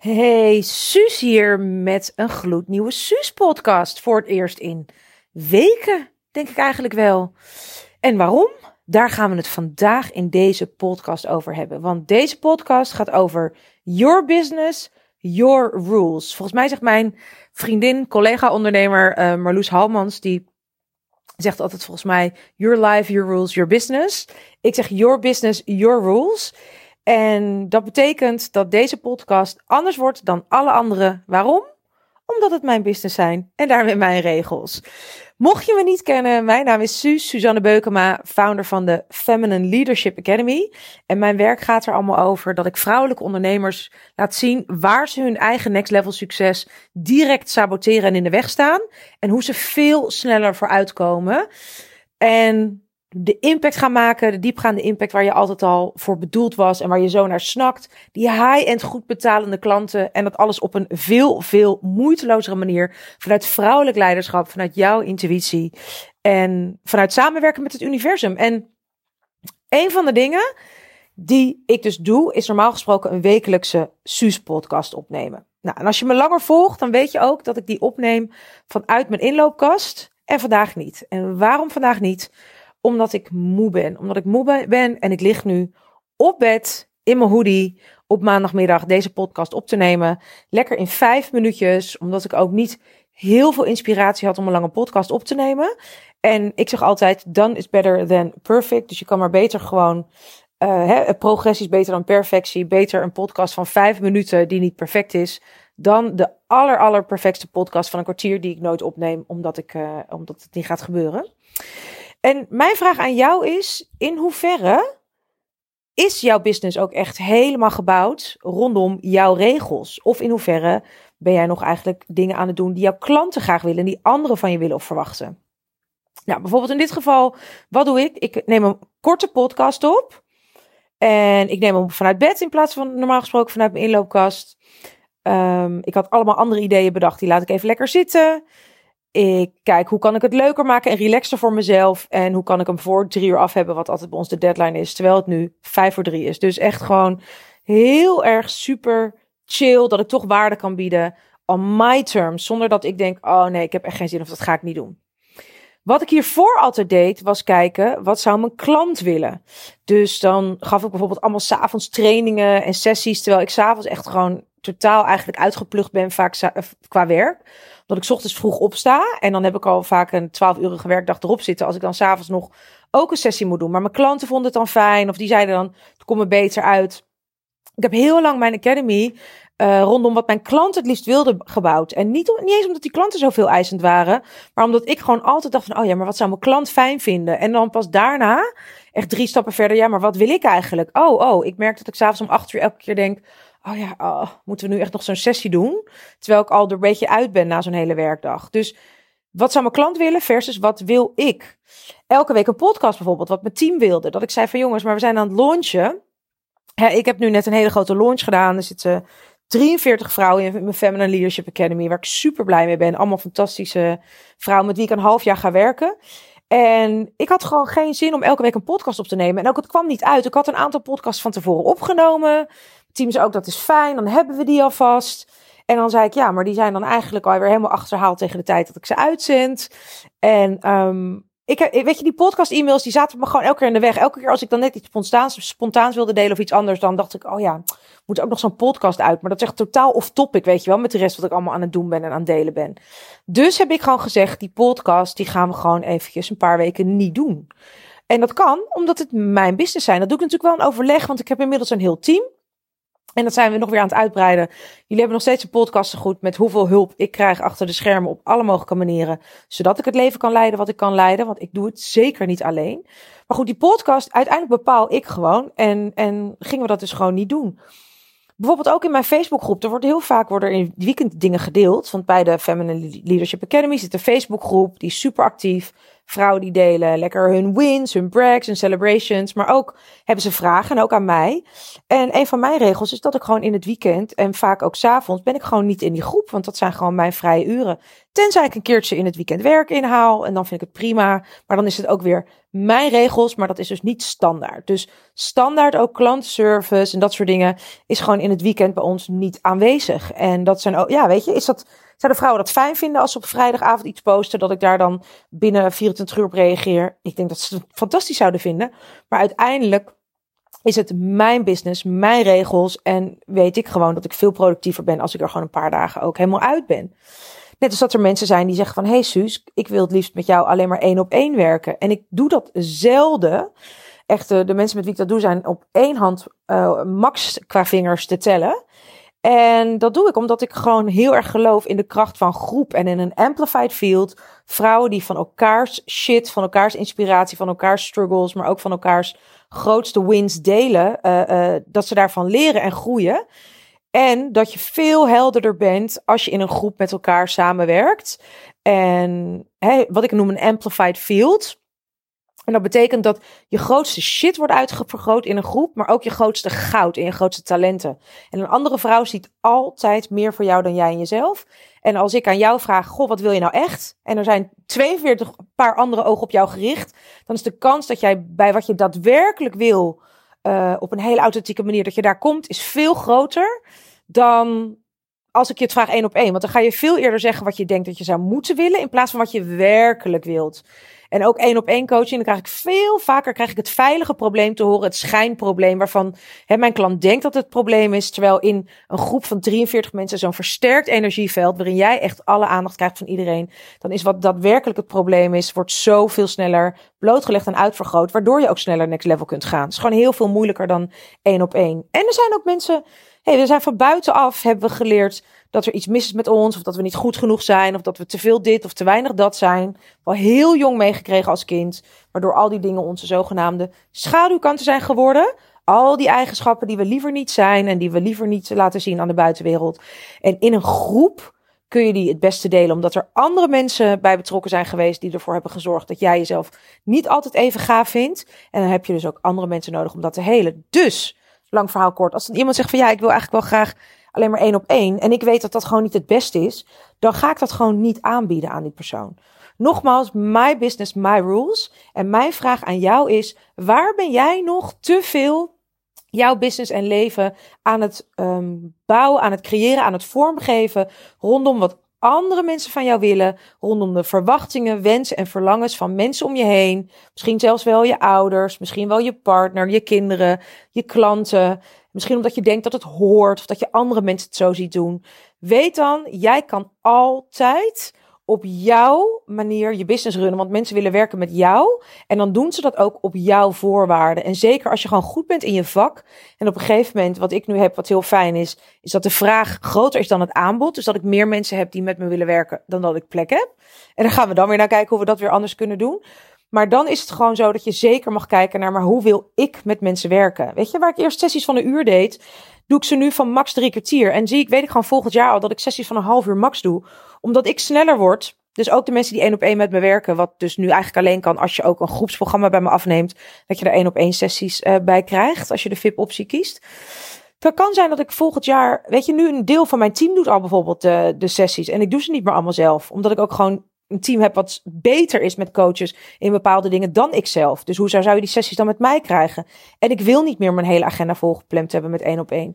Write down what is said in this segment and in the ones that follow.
Hey, Suus hier met een gloednieuwe Suus-podcast. Voor het eerst in weken, denk ik eigenlijk wel. En waarom? Daar gaan we het vandaag in deze podcast over hebben. Want deze podcast gaat over your business, your rules. Volgens mij zegt mijn vriendin, collega-ondernemer Marloes Halmans, die zegt altijd volgens mij your life, your rules, your business. Ik zeg your business, your rules. En dat betekent dat deze podcast anders wordt dan alle andere. Waarom? Omdat het mijn business zijn en daarmee mijn regels. Mocht je me niet kennen, mijn naam is Suzanne Beukema, founder van de Feminine Leadership Academy. En mijn werk gaat er allemaal over dat ik vrouwelijke ondernemers laat zien waar ze hun eigen next level succes direct saboteren en in de weg staan. En hoe ze veel sneller vooruitkomen. En de impact gaan maken, de diepgaande impact waar je altijd al voor bedoeld was en waar je zo naar snakt. Die high-end goed betalende klanten en dat alles op een veel moeitelozere manier. Vanuit vrouwelijk leiderschap, vanuit jouw intuïtie en vanuit samenwerken met het universum. En een van de dingen die ik dus doe, is normaal gesproken een wekelijkse Suus-podcast opnemen. Nou, en als je me langer volgt, dan weet je ook dat ik die opneem vanuit mijn inloopkast en vandaag niet. En waarom vandaag niet? Omdat ik moe ben. Omdat ik moe ben en ik lig nu op bed in mijn hoodie op maandagmiddag deze podcast op te nemen. Lekker in 5 minuutjes, omdat ik ook niet heel veel inspiratie had om een lange podcast op te nemen. En ik zeg altijd, done is better than perfect. Dus je kan maar beter gewoon, progressie is beter dan perfectie. Beter een podcast van 5 minuten die niet perfect is, dan de allerperfectste podcast van een kwartier die ik nooit opneem, omdat het niet gaat gebeuren. En mijn vraag aan jou is, in hoeverre is jouw business ook echt helemaal gebouwd rondom jouw regels? Of in hoeverre ben jij nog eigenlijk dingen aan het doen die jouw klanten graag willen, die anderen van je willen of verwachten? Nou, bijvoorbeeld in dit geval, wat doe ik? Ik neem een korte podcast op en ik neem hem vanuit bed in plaats van normaal gesproken vanuit mijn inloopkast. Ik had allemaal andere ideeën bedacht, die laat ik even lekker zitten. Ik kijk, hoe kan ik het leuker maken en relaxter voor mezelf? En hoe kan ik hem voor 3 uur af hebben, wat altijd bij ons de deadline is. Terwijl het nu 2:55 is. Dus echt gewoon heel erg super chill, dat ik toch waarde kan bieden on my terms. Zonder dat ik denk, oh nee, ik heb echt geen zin of dat ga ik niet doen. Wat ik hiervoor altijd deed, was kijken, wat zou mijn klant willen? Dus dan gaf ik bijvoorbeeld allemaal 's avonds trainingen en sessies. Terwijl ik 's avonds echt gewoon totaal eigenlijk uitgeplucht ben, vaak qua werk. Dat ik 's ochtends vroeg opsta en dan heb ik al vaak een 12-urige werkdag erop zitten als ik dan 's avonds nog ook een sessie moet doen. Maar mijn klanten vonden het dan fijn of die zeiden dan, het komt me beter uit. Ik heb heel lang mijn academy rondom wat mijn klanten het liefst wilden gebouwd. En niet eens omdat die klanten zoveel eisend waren, maar omdat ik gewoon altijd dacht van, oh ja, maar wat zou mijn klant fijn vinden? En dan pas daarna, echt 3 stappen verder, ja, maar wat wil ik eigenlijk? Ik merk dat ik 's avonds om 8 uur elke keer denk, moeten we nu echt nog zo'n sessie doen? Terwijl ik al er een beetje uit ben na zo'n hele werkdag. Dus wat zou mijn klant willen versus wat wil ik? Elke week een podcast bijvoorbeeld, wat mijn team wilde. Dat ik zei van jongens, maar we zijn aan het launchen. Ik heb nu net een hele grote launch gedaan. Er zitten 43 vrouwen in mijn Feminine Leadership Academy, waar ik super blij mee ben. Allemaal fantastische vrouwen met wie ik een half jaar ga werken. En ik had gewoon geen zin om elke week een podcast op te nemen. En ook het kwam niet uit. Ik had een aantal podcasts van tevoren opgenomen. Het team zei ook, dat is fijn, dan hebben we die alvast. En dan zei ik, ja, maar die zijn dan eigenlijk alweer helemaal achterhaald tegen de tijd dat ik ze uitzend. En weet je, die podcast-e-mails, die zaten me gewoon elke keer in de weg. Elke keer als ik dan net iets spontaans wilde delen of iets anders, dan dacht ik, moet ook nog zo'n podcast uit. Maar dat is echt totaal off-topic, weet je wel, met de rest wat ik allemaal aan het doen ben en aan het delen ben. Dus heb ik gewoon gezegd, die podcast, die gaan we gewoon eventjes een paar weken niet doen. En dat kan, omdat het mijn business zijn. Dat doe ik natuurlijk wel een overleg, want ik heb inmiddels een heel team. En dat zijn we nog weer aan het uitbreiden. Jullie hebben nog steeds een podcast goed met hoeveel hulp ik krijg achter de schermen op alle mogelijke manieren. Zodat ik het leven kan leiden wat ik kan leiden. Want ik doe het zeker niet alleen. Maar goed, die podcast, uiteindelijk bepaal ik gewoon. En gingen we dat dus gewoon niet doen. Bijvoorbeeld ook in mijn Facebookgroep. Worden er in weekend dingen gedeeld. Want bij de Feminine Leadership Academy zit een Facebookgroep. Die is super actief. Vrouwen die delen lekker hun wins, hun brags, hun celebrations. Maar ook hebben ze vragen en ook aan mij. En een van mijn regels is dat ik gewoon in het weekend en vaak ook 's avonds ben ik gewoon niet in die groep. Want dat zijn gewoon mijn vrije uren. Tenzij ik een keertje in het weekend werk inhaal en dan vind ik het prima. Maar dan is het ook weer mijn regels, maar dat is dus niet standaard. Dus standaard ook klantenservice en dat soort dingen is gewoon in het weekend bij ons niet aanwezig. En dat zijn ook, ja, weet je, zou de vrouwen dat fijn vinden als ze op vrijdagavond iets posten, dat ik daar dan binnen 24 uur op reageer? Ik denk dat ze het fantastisch zouden vinden. Maar uiteindelijk is het mijn business, mijn regels en weet ik gewoon dat ik veel productiever ben als ik er gewoon een paar dagen ook helemaal uit ben. Net als dat er mensen zijn die zeggen van, hey Suus, ik wil het liefst met jou alleen maar 1-op-1 werken. En ik doe dat zelden. Echt, de mensen met wie ik dat doe zijn op één hand max qua vingers te tellen. En dat doe ik omdat ik gewoon heel erg geloof in de kracht van groep en in een amplified field. Vrouwen die van elkaars shit, van elkaars inspiratie, van elkaars struggles, maar ook van elkaars grootste wins delen. Dat ze daarvan leren en groeien. En dat je veel helderder bent als je in een groep met elkaar samenwerkt. En wat ik noem een amplified field. En dat betekent dat je grootste shit wordt uitvergroot in een groep, maar ook je grootste goud en je grootste talenten. En een andere vrouw ziet altijd meer voor jou dan jij en jezelf. En als ik aan jou vraag, goh, wat wil je nou echt? En er zijn 42 paar andere ogen op jou gericht, dan is de kans dat jij bij wat je daadwerkelijk wil, op een hele authentieke manier, dat je daar komt, is veel groter dan als ik je het vraag 1-op-1. Want dan ga je veel eerder zeggen wat je denkt dat je zou moeten willen, in plaats van wat je werkelijk wilt. En ook 1-op-1 coaching, dan krijg ik veel vaker het veilige probleem te horen, het schijnprobleem, waarvan mijn klant denkt dat het probleem is, terwijl in een groep van 43 mensen zo'n versterkt energieveld, waarin jij echt alle aandacht krijgt van iedereen, dan is wat daadwerkelijk het probleem is, wordt zoveel sneller blootgelegd en uitvergroot, waardoor je ook sneller next level kunt gaan. Het is gewoon heel veel moeilijker dan 1-op-1. En er zijn ook mensen, we zijn van buitenaf, hebben we geleerd dat er iets mis is met ons, of dat we niet goed genoeg zijn, of dat we te veel dit of te weinig dat zijn. Wel heel jong meegekregen als kind, waardoor al die dingen onze zogenaamde schaduwkanten zijn geworden. Al die eigenschappen die we liever niet zijn en die we liever niet laten zien aan de buitenwereld. En in een groep kun je die het beste delen, omdat er andere mensen bij betrokken zijn geweest die ervoor hebben gezorgd dat jij jezelf niet altijd even gaaf vindt. En dan heb je dus ook andere mensen nodig om dat te helen. Dus, lang verhaal kort, als dan iemand zegt van ja, ik wil eigenlijk wel graag alleen maar 1-op-1 en ik weet dat dat gewoon niet het beste is, dan ga ik dat gewoon niet aanbieden aan die persoon. Nogmaals, my business, my rules. En mijn vraag aan jou is, waar ben jij nog te veel jouw business en leven aan het bouwen, aan het creëren, aan het vormgeven rondom wat andere mensen van jou willen, rondom de verwachtingen, wensen en verlangens van mensen om je heen, misschien zelfs wel je ouders, misschien wel je partner, je kinderen, je klanten, misschien omdat je denkt dat het hoort of dat je andere mensen het zo ziet doen. Weet dan, jij kan altijd op jouw manier je business runnen, want mensen willen werken met jou en dan doen ze dat ook op jouw voorwaarden. En zeker als je gewoon goed bent in je vak en op een gegeven moment, wat ik nu heb, wat heel fijn is dat de vraag groter is dan het aanbod. Dus dat ik meer mensen heb die met me willen werken dan dat ik plek heb. En dan gaan we dan weer naar kijken hoe we dat weer anders kunnen doen. Maar dan is het gewoon zo dat je zeker mag kijken naar, maar hoe wil ik met mensen werken? Weet je, waar ik eerst sessies van 1 uur deed, doe ik ze nu van max 3 kwartier. En weet ik gewoon volgend jaar al dat ik sessies van 1,5 uur max doe. Omdat ik sneller word. Dus ook de mensen die 1-op-1 met me werken, wat dus nu eigenlijk alleen kan als je ook een groepsprogramma bij me afneemt, dat je er 1-op-1 sessies bij krijgt, als je de VIP-optie kiest. Het kan zijn dat ik volgend jaar, weet je, nu een deel van mijn team doet al bijvoorbeeld de sessies. En ik doe ze niet meer allemaal zelf, omdat ik ook gewoon een team heb wat beter is met coaches in bepaalde dingen dan ik zelf. Dus hoe zou je die sessies dan met mij krijgen? En ik wil niet meer mijn hele agenda volgepland hebben met 1-op-1.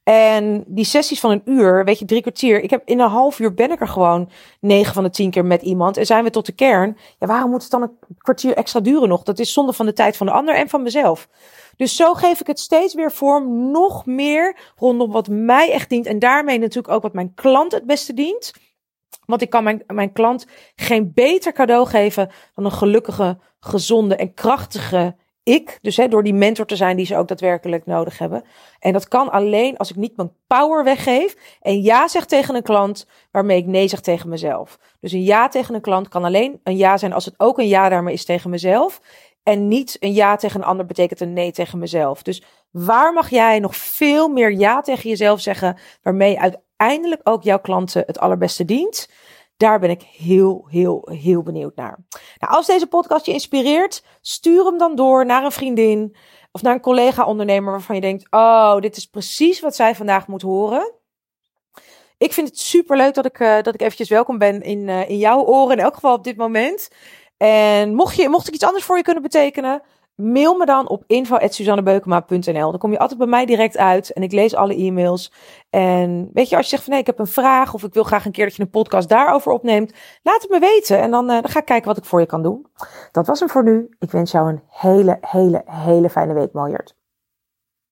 En die sessies van 1 uur, weet je, 3 kwartier. Ik heb in een half uur ben ik er gewoon 9 van de 10 keer met iemand. En zijn we tot de kern. Ja, waarom moet het dan een kwartier extra duren nog? Dat is zonde van de tijd van de ander en van mezelf. Dus zo geef ik het steeds weer vorm, nog meer rondom wat mij echt dient. En daarmee natuurlijk ook wat mijn klant het beste dient. Want ik kan mijn klant geen beter cadeau geven dan een gelukkige, gezonde en krachtige ik. Dus door die mentor te zijn die ze ook daadwerkelijk nodig hebben. En dat kan alleen als ik niet mijn power weggeef en ja zeg tegen een klant waarmee ik nee zeg tegen mezelf. Dus een ja tegen een klant kan alleen een ja zijn als het ook een ja daarmee is tegen mezelf. En niet een ja tegen een ander betekent een nee tegen mezelf. Dus waar mag jij nog veel meer ja tegen jezelf zeggen, waarmee uiteindelijk ook jouw klanten het allerbeste dient? Daar ben ik heel, heel, heel benieuwd naar. Nou, als deze podcast je inspireert, stuur hem dan door naar een vriendin of naar een collega-ondernemer waarvan je denkt, oh, dit is precies wat zij vandaag moet horen. Ik vind het superleuk dat ik eventjes welkom ben in jouw oren, in elk geval op dit moment. En mocht ik iets anders voor je kunnen betekenen, mail me dan op info@suzannebeukema.nl. Dan kom je altijd bij mij direct uit en ik lees alle e-mails. En weet je, als je zegt van nee, ik heb een vraag of ik wil graag een keer dat je een podcast daarover opneemt, laat het me weten en dan ga ik kijken wat ik voor je kan doen. Dat was hem voor nu. Ik wens jou een hele, hele, hele fijne week, Miljard.